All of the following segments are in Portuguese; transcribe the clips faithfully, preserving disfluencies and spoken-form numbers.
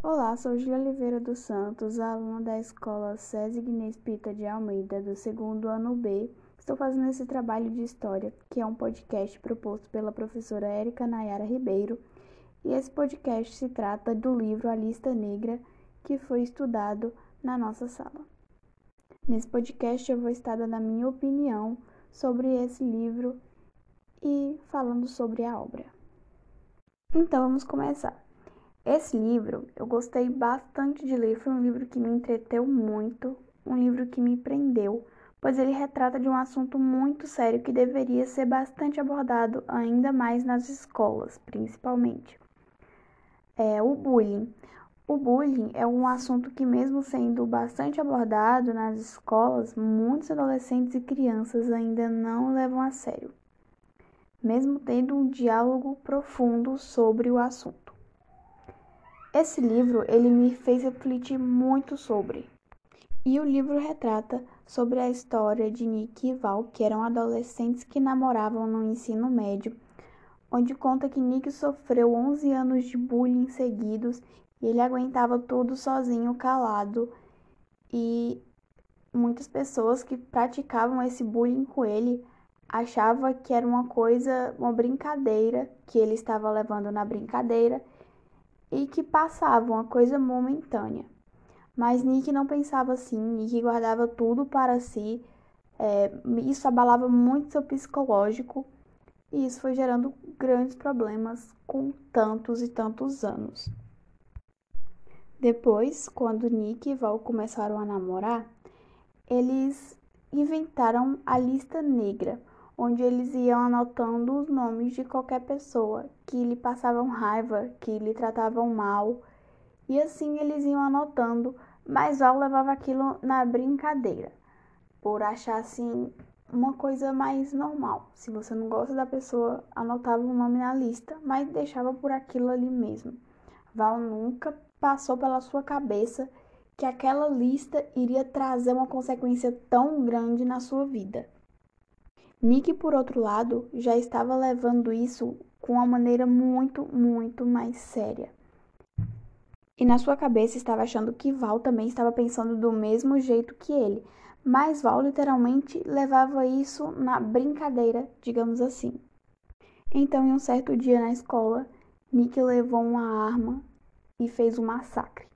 Olá, sou Julia Oliveira dos Santos, aluna da escola César Ignace Pita de Almeida, do segundo ano B. Estou fazendo esse trabalho de história, que é um podcast proposto pela professora Érica Nayara Ribeiro, e esse podcast se trata do livro A Lista Negra, que foi estudado na nossa sala. Nesse podcast eu vou estar dando a minha opinião sobre esse livro e falando sobre a obra. Então vamos começar. Esse livro eu gostei bastante de ler, foi um livro que me entreteu muito, um livro que me prendeu, pois ele retrata de um assunto muito sério que deveria ser bastante abordado ainda mais nas escolas, principalmente. É o bullying. O bullying é um assunto que, mesmo sendo bastante abordado nas escolas, muitos adolescentes e crianças ainda não levam a sério, mesmo tendo um diálogo profundo sobre o assunto. Esse livro, ele me fez refletir muito sobre. E o livro retrata sobre a história de Nick e Val, que eram adolescentes que namoravam no ensino médio, onde conta que Nick sofreu onze anos de bullying seguidos e ele aguentava tudo sozinho, calado. E muitas pessoas que praticavam esse bullying com ele achavam que era uma coisa, uma brincadeira, que ele estava levando na brincadeira, e que passavam a coisa momentânea. Mas Nick não pensava assim, Nick guardava tudo para si, é, isso abalava muito seu psicológico e isso foi gerando grandes problemas com tantos e tantos anos. Depois, quando Nick e Val começaram a namorar, eles inventaram a lista negra, onde eles iam anotando os nomes de qualquer pessoa que lhe passavam raiva, que lhe tratavam mal. E assim eles iam anotando, mas Val levava aquilo na brincadeira, por achar assim uma coisa mais normal. Se você não gosta da pessoa, anotava o nome na lista, mas deixava por aquilo ali mesmo. Val nunca passou pela sua cabeça que aquela lista iria trazer uma consequência tão grande na sua vida. Nick, por outro lado, já estava levando isso com uma maneira muito, muito mais séria. E na sua cabeça estava achando que Val também estava pensando do mesmo jeito que ele. Mas Val literalmente levava isso na brincadeira, digamos assim. Então, em um certo dia na escola, Nick levou uma arma e fez um massacre.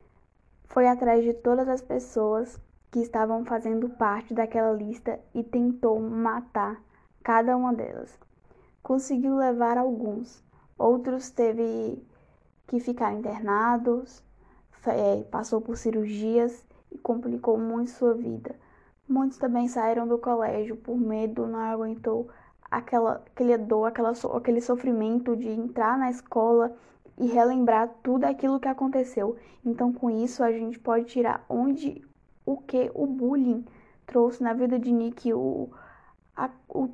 Foi atrás de todas as pessoas que estavam fazendo parte daquela lista e tentou matar cada uma delas. Conseguiu levar alguns, outros teve que ficar internados, é, passou por cirurgias e complicou muito sua vida. Muitos também saíram do colégio por medo, não aguentou aquela, aquele dor, aquela, aquele sofrimento de entrar na escola e relembrar tudo aquilo que aconteceu. Então, com isso, a gente pode tirar onde o que o bullying trouxe na vida de Nick, o, a, o,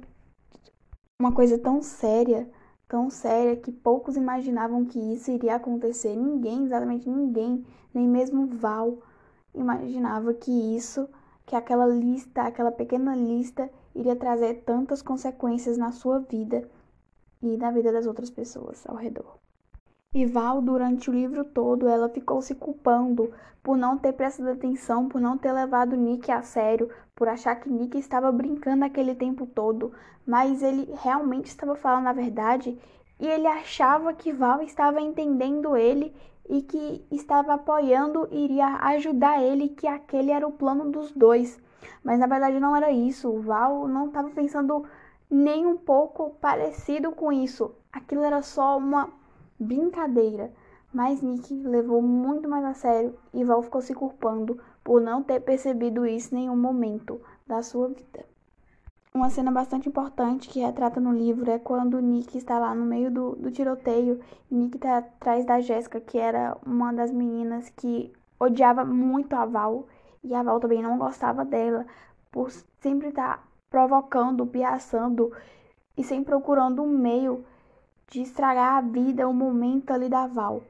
uma coisa tão séria, tão séria que poucos imaginavam que isso iria acontecer. Ninguém, exatamente ninguém, nem mesmo Val, imaginava que isso, que aquela lista, aquela pequena lista, iria trazer tantas consequências na sua vida e na vida das outras pessoas ao redor. E Val, durante o livro todo, ela ficou se culpando por não ter prestado atenção, por não ter levado Nick a sério, por achar que Nick estava brincando aquele tempo todo, mas ele realmente estava falando a verdade e ele achava que Val estava entendendo ele e que estava apoiando e iria ajudar ele, que aquele era o plano dos dois. Mas na verdade não era isso, Val não estava pensando nem um pouco parecido com isso. Aquilo era só uma brincadeira, mas Nick levou muito mais a sério e Val ficou se culpando por não ter percebido isso em nenhum momento da sua vida. Uma cena bastante importante que retrata no livro é quando Nick está lá no meio do, do tiroteio e Nick está atrás da Jéssica, que era uma das meninas que odiava muito a Val e a Val também não gostava dela por sempre estar provocando, piaçando e sempre procurando um meio de estragar a vida, o momento ali da Val.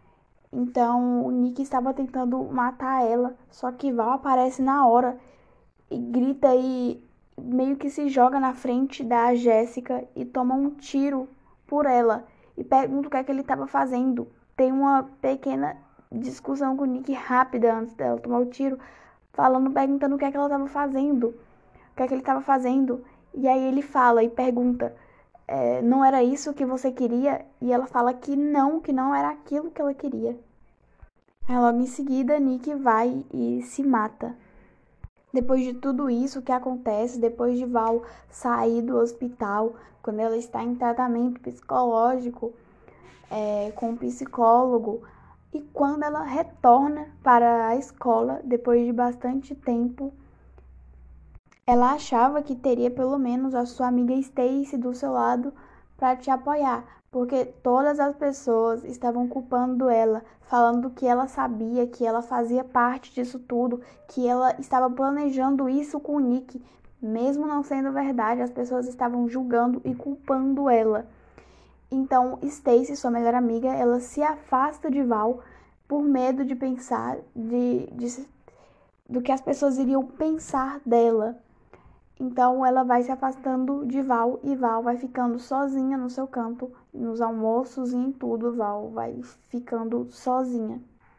Então o Nick estava tentando matar ela, só que Val aparece na hora e grita e meio que se joga na frente da Jéssica e toma um tiro por ela e pergunta o que é que ele estava fazendo. Tem uma pequena discussão com o Nick rápida antes dela tomar o tiro, falando, perguntando o que é que ela estava fazendo, o que é que ele estava fazendo. E aí ele fala e pergunta, é, não era isso que você queria? E ela fala que não, que não era aquilo que ela queria. Aí logo em seguida, Nick vai e se mata. Depois de tudo isso que acontece, depois de Val sair do hospital, quando ela está em tratamento psicológico é, com um psicólogo, e quando ela retorna para a escola, depois de bastante tempo, ela achava que teria pelo menos a sua amiga Stacy do seu lado para te apoiar, porque todas as pessoas estavam culpando ela, falando que ela sabia, que ela fazia parte disso tudo, que ela estava planejando isso com o Nick, mesmo não sendo verdade, as pessoas estavam julgando e culpando ela. Então, Stacy, sua melhor amiga, ela se afasta de Val por medo de pensar de, de, do que as pessoas iriam pensar dela. Então ela vai se afastando de Val e Val vai ficando sozinha no seu canto, nos almoços e em tudo, Val vai ficando sozinha.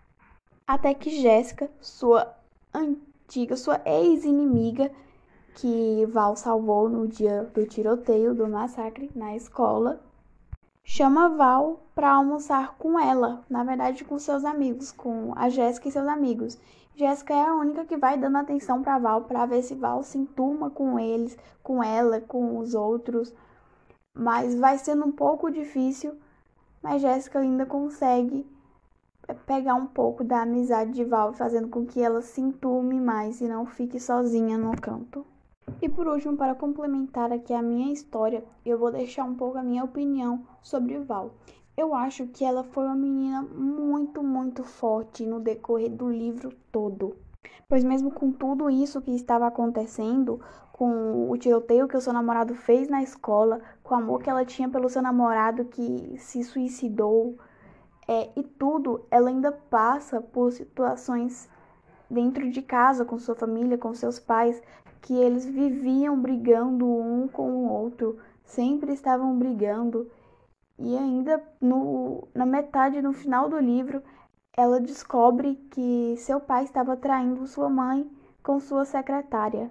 Até que Jéssica, sua antiga, sua ex-inimiga, que Val salvou no dia do tiroteio, do massacre na escola, chama Val para almoçar com ela, na verdade com seus amigos, com a Jéssica e seus amigos. Jéssica é a única que vai dando atenção para Val, para ver se Val se enturma com eles, com ela, com os outros. Mas vai sendo um pouco difícil, mas Jéssica ainda consegue pegar um pouco da amizade de Val, fazendo com que ela se enturme mais e não fique sozinha no canto. E por último, para complementar aqui a minha história, eu vou deixar um pouco a minha opinião sobre Val. Eu acho que ela foi uma menina muito, muito forte no decorrer do livro todo. Pois mesmo com tudo isso que estava acontecendo, com o tiroteio que o seu namorado fez na escola, com o amor que ela tinha pelo seu namorado que se suicidou, é, e tudo, ela ainda passa por situações dentro de casa, com sua família, com seus pais, que eles viviam brigando um com o outro, sempre estavam brigando. E ainda no, na metade, no final do livro, ela descobre que seu pai estava traindo sua mãe com sua secretária.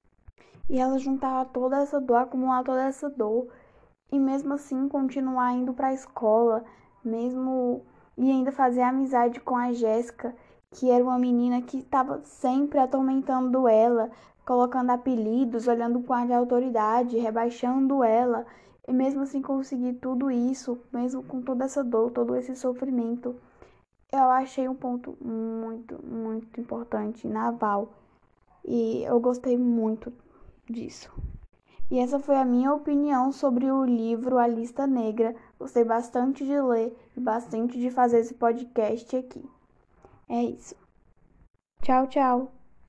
E ela juntava toda essa dor, acumular toda essa dor, e mesmo assim continuar indo para a escola, mesmo e ainda fazer amizade com a Jéssica, que era uma menina que estava sempre atormentando ela, colocando apelidos, olhando com ar de autoridade, rebaixando ela, e mesmo assim conseguir tudo isso, mesmo com toda essa dor, todo esse sofrimento, eu achei um ponto muito, muito importante na Val, e eu gostei muito disso. E essa foi a minha opinião sobre o livro A Lista Negra. Gostei bastante de ler e bastante de fazer esse podcast aqui. É isso. Tchau, tchau.